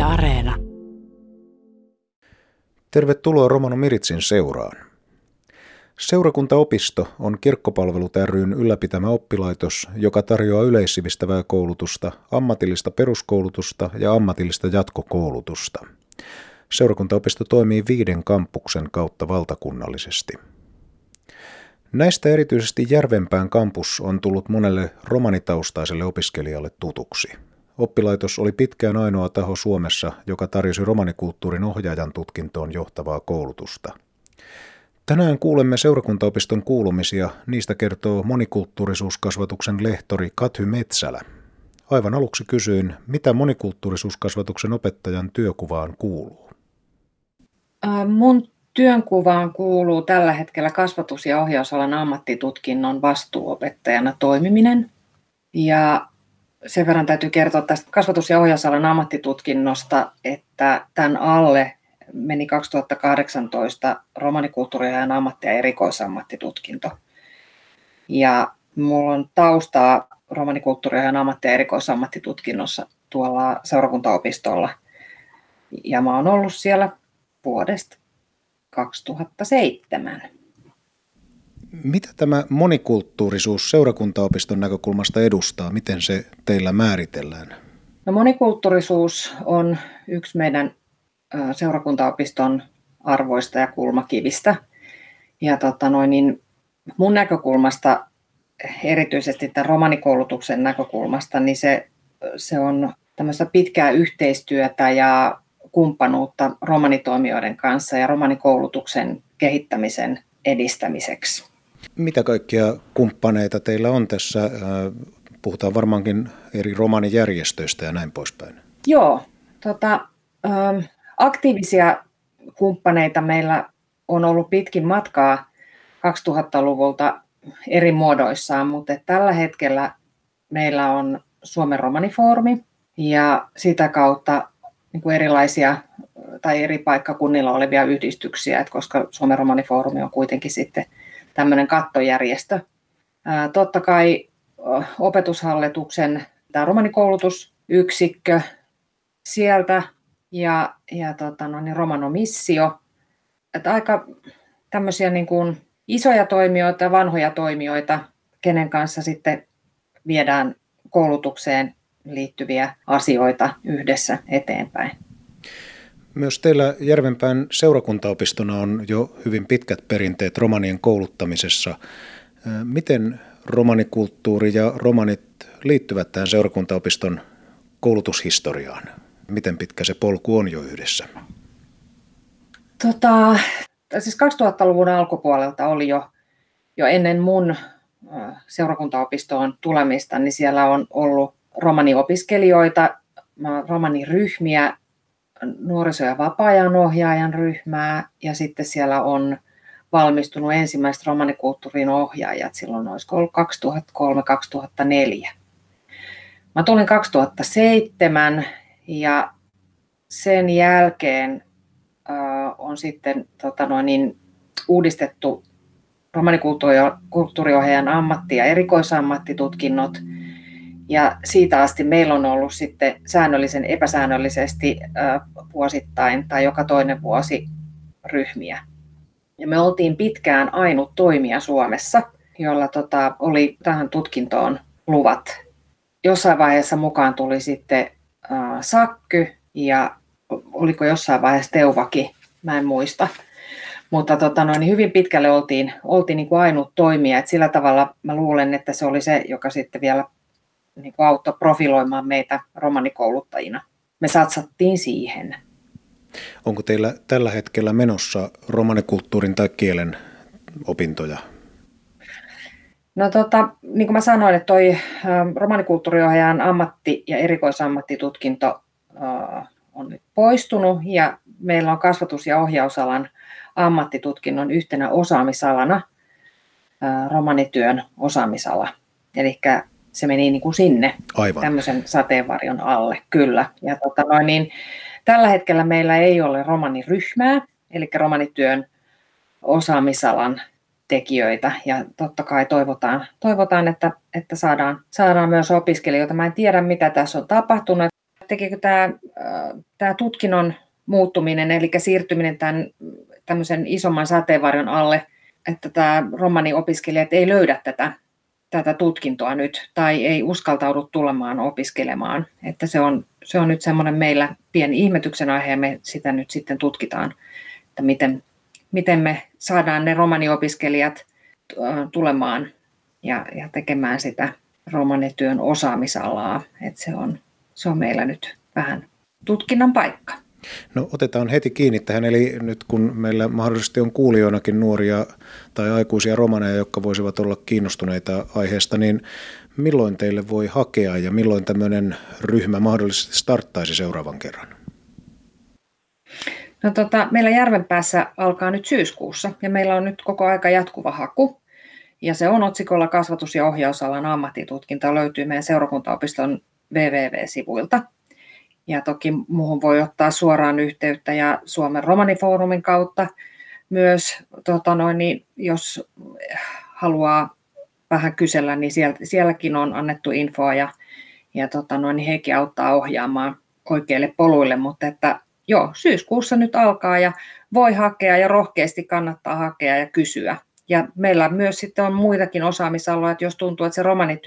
Areena. Tervetuloa Romano Miritsin seuraan. Seurakuntaopisto on Kirkkopalvelut ry:n ylläpitämä oppilaitos, joka tarjoaa yleissivistävää koulutusta, ammatillista peruskoulutusta ja ammatillista jatkokoulutusta. Seurakuntaopisto toimii 5 kampuksen kautta valtakunnallisesti. Näistä erityisesti Järvenpään kampus on tullut monelle romanitaustaiselle opiskelijalle tutuksi. Oppilaitos oli pitkään ainoa taho Suomessa, joka tarjosi romanikulttuurin ohjaajan tutkintoon johtavaa koulutusta. Tänään kuulemme seurakuntaopiston kuulumisia, niistä kertoo monikulttuurisuuskasvatuksen lehtori Kathy Metsälä. Aivan aluksi kysyin, mitä monikulttuurisuuskasvatuksen opettajan työkuvaan kuuluu? Mun työnkuvaan kuuluu tällä hetkellä kasvatus- ja ohjausalan ammattitutkinnon vastuuopettajana toimiminen. Ja sen verran täytyy kertoa tästä kasvatus- ja ohjausalan ammattitutkinnosta, että tämän alle meni 2018 romanikulttuuriohjaajan ammatti- ja erikoisammattitutkinto. Ja mulla on taustaa romanikulttuuriohjaajan ammatti- ja erikoisammattitutkinnossa tuolla seurakuntaopistolla. Ja mä oon ollut siellä vuodesta 2007. Mitä tämä monikulttuurisuus seurakuntaopiston näkökulmasta edustaa? Miten se teillä määritellään? No, monikulttuurisuus on yksi meidän seurakuntaopiston arvoista ja kulmakivistä. Ja mun näkökulmasta, erityisesti tämän romanikoulutuksen näkökulmasta, niin se on tämmöistä pitkää yhteistyötä ja kumppanuutta romanitoimijoiden kanssa ja romanikoulutuksen kehittämisen edistämiseksi. Mitä kaikkia kumppaneita teillä on tässä? Puhutaan varmaankin eri romanijärjestöistä ja näin poispäin. Joo, aktiivisia kumppaneita meillä on ollut pitkin matkaa 2000-luvulta eri muodoissaan, mutta tällä hetkellä meillä on Suomen romanifoorumi ja sitä kautta niin kuin erilaisia tai eri paikkakunnilla olevia yhdistyksiä, koska Suomen romanifoorumi on kuitenkin sitten tämmöinen kattojärjestö. Totta kai opetushallituksen tämä romanikoulutusyksikkö sieltä ja Romanomissio. Että aika tämmöisiä niin kuin isoja toimijoita ja vanhoja toimijoita, kenen kanssa sitten viedään koulutukseen liittyviä asioita yhdessä eteenpäin. Myös teillä Järvenpään seurakuntaopistona on jo hyvin pitkät perinteet romanien kouluttamisessa. Miten romanikulttuuri ja romanit liittyvät tähän seurakuntaopiston koulutushistoriaan? Miten pitkä se polku on jo yhdessä? Siis 2000-luvun alkupuolelta oli jo ennen mun seurakuntaopistoon tulemista, niin siellä on ollut romaniopiskelijoita, romaniryhmiä, nuoriso- ja vapaa-ajan ohjaajan ryhmää ja sitten siellä on valmistunut ensimmäiset romanikulttuurin ohjaajat silloin olisiko ollut 2003-2004. Mä tulin 2007 ja sen jälkeen on sitten uudistettu romanikulttuuriohjaajan ammatti- ja erikoisammattitutkinnot. Ja siitä asti meillä on ollut sitten säännöllisen epäsäännöllisesti vuosittain tai joka toinen vuosi ryhmiä. Ja me oltiin pitkään ainut toimija Suomessa, jolla oli tähän tutkintoon luvat. Jossain vaiheessa mukaan tuli sitten Sakky ja oliko jossain vaiheessa Teuvaki, mä en muista. Mutta hyvin pitkälle oltiin niin kuin ainut toimija. Et sillä tavalla mä luulen, että se oli se, joka sitten vielä niin kuin auttoi profiloimaan meitä romanikouluttajina. Me satsattiin siihen. Onko teillä tällä hetkellä menossa romanikulttuurin tai kielen opintoja? No niin kuin mä sanoin, että toi romanikulttuuriohjaajan ammatti- ja erikoisammattitutkinto on nyt poistunut ja meillä on kasvatus- ja ohjausalan ammattitutkinnon yhtenä osaamisalana romanityön osaamisala. Eli se meni niin kuin sinne. Aivan. Tämmöisen sateenvarjon alle, kyllä. Ja tällä hetkellä meillä ei ole romaniryhmää, eli romanityön osaamisalan tekijöitä. Ja totta kai toivotaan että saadaan myös opiskelijoita. Mä en tiedä, mitä tässä on tapahtunut. Tekikö tämä tutkinnon muuttuminen, eli siirtyminen tämän tämmöisen isomman sateenvarjon alle, että tämä romaniopiskelijat ei löydä tätä tutkintoa nyt tai ei uskaltaudu tulemaan opiskelemaan. Että se on nyt semmoinen meillä pieni ihmetyksen aihe ja me sitä nyt sitten tutkitaan, että miten me saadaan ne romaniopiskelijat tulemaan ja tekemään sitä romanityön osaamisalaa. Että se on meillä nyt vähän tutkinnan paikka. No otetaan heti kiinni tähän, eli nyt kun meillä mahdollisesti on kuulijoinakin nuoria tai aikuisia romaneja, jotka voisivat olla kiinnostuneita aiheesta, niin milloin teille voi hakea ja milloin tämmöinen ryhmä mahdollisesti starttaisi seuraavan kerran? No meillä Järvenpäässä alkaa nyt syyskuussa ja meillä on nyt koko aika jatkuva haku ja se on otsikolla kasvatus- ja ohjausalan ammattitutkinto, löytyy meidän seurakuntaopiston www-sivuilta. Ja toki muuhun voi ottaa suoraan yhteyttä ja Suomen romanifoorumin kautta myös, jos haluaa vähän kysellä, niin sielläkin on annettu infoa ja hekin auttaa ohjaamaan oikeille poluille. Mutta että joo, syyskuussa nyt alkaa ja voi hakea ja rohkeasti kannattaa hakea ja kysyä. Ja meillä myös sitten on muitakin osaamisaloja, että jos tuntuu, että se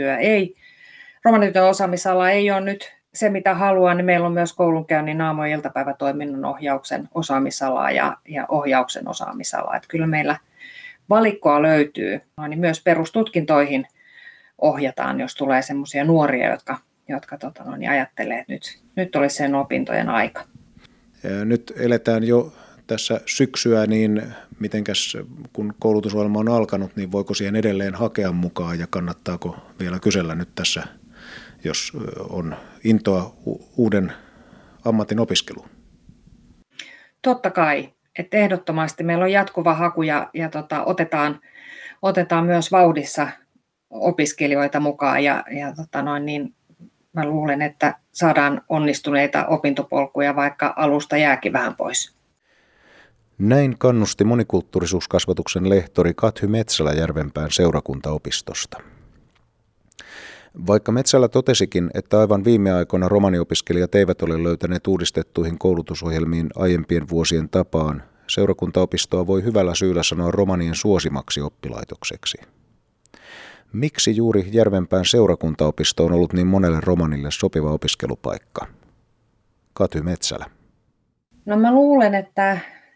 romanityön osaamisala ei ole nyt se, mitä haluaa, niin meillä on myös koulunkäynnin aamu- ja iltapäivätoiminnan ohjauksen osaamisalaa ja ohjauksen osaamisalaa. Että kyllä meillä valikkoa löytyy, niin myös perustutkintoihin ohjataan, jos tulee semmoisia nuoria, jotka ajattelee, että nyt olisi sen opintojen aika. Ja nyt eletään jo tässä syksyä, niin mitenkäs kun koulutusohjelma on alkanut, niin voiko siihen edelleen hakea mukaan ja kannattaako vielä kysellä nyt tässä, jos on intoa uuden ammatin opiskeluun? Totta kai, että ehdottomasti meillä on jatkuva haku ja otetaan myös vauhdissa opiskelijoita mukaan niin mä luulen, että saadaan onnistuneita opintopolkuja, vaikka alusta jääkin vähän pois. Näin kannusti monikulttuurisuuskasvatuksen lehtori Kathy Metsälä Järvenpään seurakuntaopistosta. Vaikka Metsälä totesikin, että aivan viime aikoina romaniopiskelijat eivät ole löytäneet uudistettuihin koulutusohjelmiin aiempien vuosien tapaan, seurakuntaopistoa voi hyvällä syyllä sanoa romanien suosimaksi oppilaitokseksi. Miksi juuri Järvenpään seurakuntaopisto on ollut niin monelle romanille sopiva opiskelupaikka? Kathy Metsälä. No mä luulen, että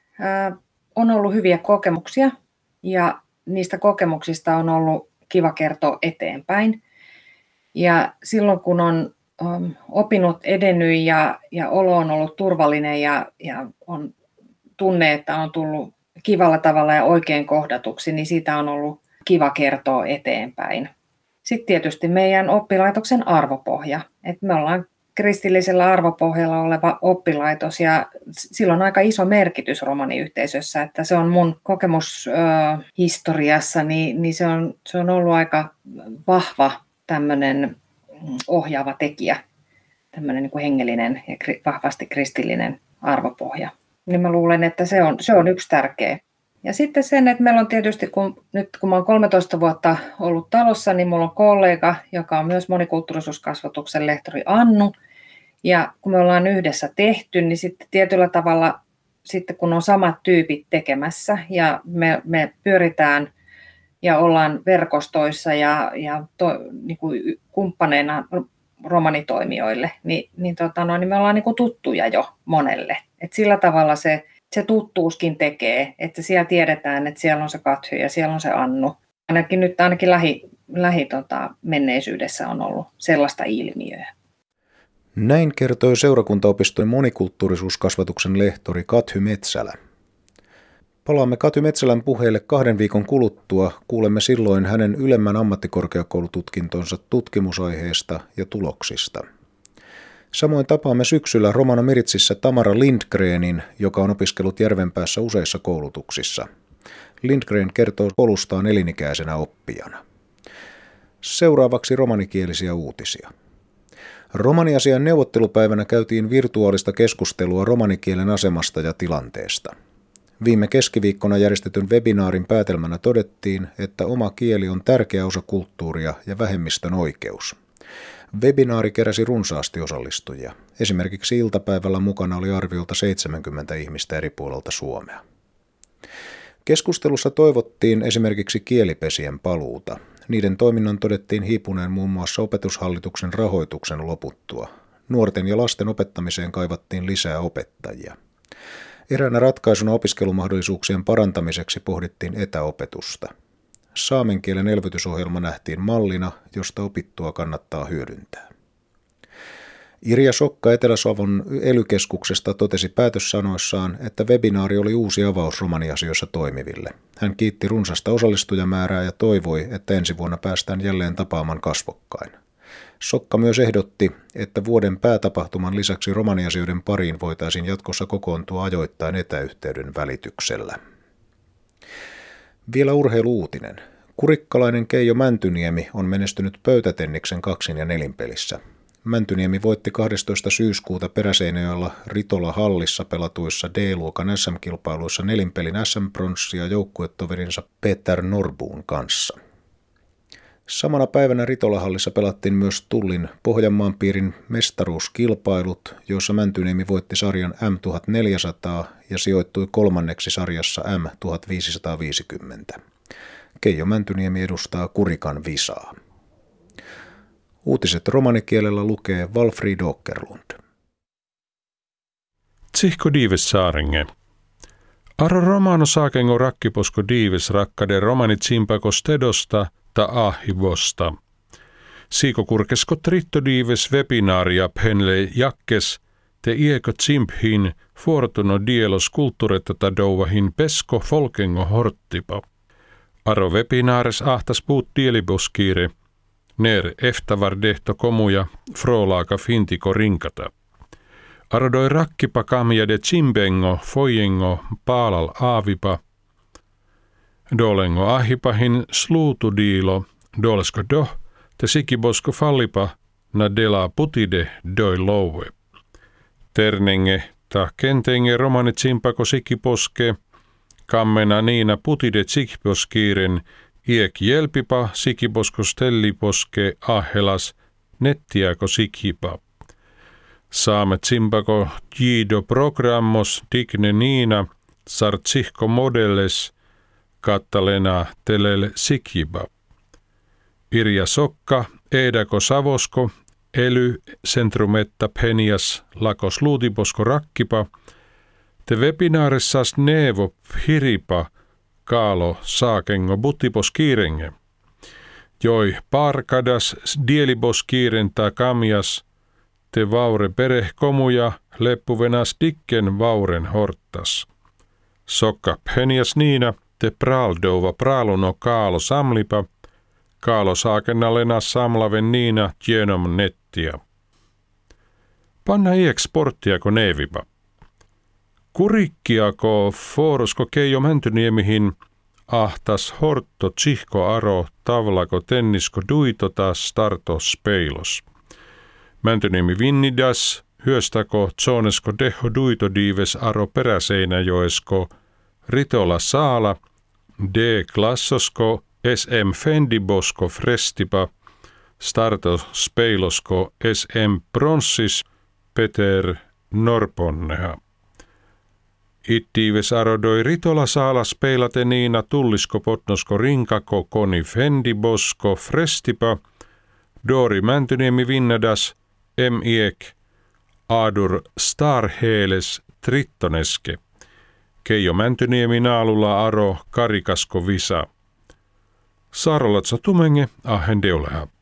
on ollut hyviä kokemuksia ja niistä kokemuksista on ollut kiva kertoa eteenpäin. Ja silloin kun on opinnot edennyt ja olo on ollut turvallinen ja on tunne, että on tullut kivalla tavalla ja oikein kohdatuksi, niin siitä on ollut kiva kertoa eteenpäin. Sitten tietysti meidän oppilaitoksen arvopohja. Että me ollaan kristillisellä arvopohjalla oleva oppilaitos ja sillä on aika iso merkitys romaniyhteisössä, että se on mun kokemushistoriassa, niin se on ollut aika vahva tämmöinen ohjaava tekijä, tämmöinen niin kuin hengellinen ja vahvasti kristillinen arvopohja. Niin mä luulen, että se on yksi tärkeä. Ja sitten sen, että meillä on tietysti, kun mä oon 13 vuotta ollut talossa, niin mulla on kollega, joka on myös monikulttuurisuuskasvatuksen lehtori Annu. Ja kun me ollaan yhdessä tehty, niin sitten tietyllä tavalla, sitten kun on samat tyypit tekemässä ja me pyöritään ja ollaan verkostoissa niin kuin kumppaneina romanitoimijoille, niin me ollaan niin kuin tuttuja jo monelle. Et sillä tavalla se tuttuuskin tekee, että siellä tiedetään, että siellä on se Kathy ja siellä on se Annu. Ainakin menneisyydessä on ollut sellaista ilmiöä. Näin kertoi seurakuntaopiston monikulttuurisuuskasvatuksen lehtori Kathy Metsälä. Palaamme Kathy Metsälän puheille 2 viikon kuluttua. Kuulemme silloin hänen ylemmän ammattikorkeakoulututkintonsa tutkimusaiheesta ja tuloksista. Samoin tapaamme syksyllä Romano Miritsissä Tamara Lindgrenin, joka on opiskellut Järvenpäässä useissa koulutuksissa. Lindgren kertoo polustaan elinikäisenä oppijana. Seuraavaksi romanikielisiä uutisia. Romaniasian neuvottelupäivänä käytiin virtuaalista keskustelua romanikielen asemasta ja tilanteesta. Viime keskiviikkona järjestetyn webinaarin päätelmänä todettiin, että oma kieli on tärkeä osa kulttuuria ja vähemmistön oikeus. Webinaari keräsi runsaasti osallistujia. Esimerkiksi iltapäivällä mukana oli arviolta 70 ihmistä eri puolilta Suomea. Keskustelussa toivottiin esimerkiksi kielipesien paluuta. Niiden toiminnan todettiin hiipuneen muun muassa Opetushallituksen rahoituksen loputtua. Nuorten ja lasten opettamiseen kaivattiin lisää opettajia. Eräänä ratkaisuna opiskelumahdollisuuksien parantamiseksi pohdittiin etäopetusta. Saamen kielen elvytysohjelma nähtiin mallina, josta opittua kannattaa hyödyntää. Irja Sokka Etelä-Savon ELY-keskuksesta totesi päätössanoissaan, että webinaari oli uusi avaus romaniasioissa toimiville. Hän kiitti runsasta osallistujamäärää ja toivoi, että ensi vuonna päästään jälleen tapaamaan kasvokkain. Sokka myös ehdotti, että vuoden päätapahtuman lisäksi romaniasioiden pariin voitaisiin jatkossa kokoontua ajoittain etäyhteyden välityksellä. Vielä urheiluutinen. Kurikkalainen Keijo Mäntyniemi on menestynyt pöytätenniksen 2- ja 4-pelissä. Mäntyniemi voitti 12. syyskuuta Peräseinäjoella Ritola Hallissa pelatuissa D-luokan SM-kilpailuissa 4-pelin SM-pronssia joukkuetoverinsa Peter Norbuun kanssa. Samana päivänä Ritolahallissa pelattiin myös Tullin Pohjanmaan piirin mestaruuskilpailut, joissa Mäntyniemi voitti sarjan M1400 ja sijoittui kolmanneksi sarjassa M1550. Keijo Mäntyniemi edustaa Kurikan Visaa. Uutiset romanikielellä lukee Walfrid Åkerlund. Tsihko diives saarenge. Aro romano saakengo rakkiposko diives rakkade romani tsimpako stedosta ta ahivosta. Siiko kurkesko tritto diives webinaaria penle jakkes te ieko tsimphin fortuno dielos kulttuuretta ta douvahin pesko folkengo horttipa. Aro webinaares ahtas puut dieliboskiire. Ner eftavar dehto komuja frolaaka fintiko rinkata. Arodoi rakkipa kamja de chimbengo fojengo paalal aavipa. Dolengo ahipahin sluutudiilo dolsko doh te sikibosko fallipa na dela putide doi louve. Ternenge ta kentenge romani tsimpako sikiposke kammena niina putide tsikiposkiiren iek jelpipa sikiposko stelliposke ahelas nettiako sikipa. Saamme tsimpako jido programos digne niina sartsihko modelles kattalena telel sikiba. Irja Sokka eedako savosko ely centrumetta penias lakos luutiposko rakkipa te webinaarissas neevo hiripa kaalo saakengo buttipos kiirenge. Joi parkadas dielibos kiirentää kamias te vaure perehkomuja leppuvenas dikken vauren hortas. Sokka penias niina te praaldova praaluno kaalo samlipa kaalo saakennalena samlaven niina genom nettiä. Panna ieksporttiako neevipa. Kurikkiako forosko Keijo Mäntyniemihin ahtas hortto tsihko aro tavlako tennisko duitota starto speilos. Mäntyniemi vinnidas hyöstäko zonesko deho duito diives aro Peräseinäjoesko Ritola saala D klassosko SM fendibosko frestipa starto speilosko SM pronssis Peter Norponneha. Ittiives arodoi Ritola saalas peilate niina tullisko potnosko rinkako koni fendibosko frestipa Dori Mäntyniemi vinnadas miek adur starheeles trittoneske Keijo Mäntyniemi naalulla aro karikasko visa. Sarolatsa tumenge ahen deuleha.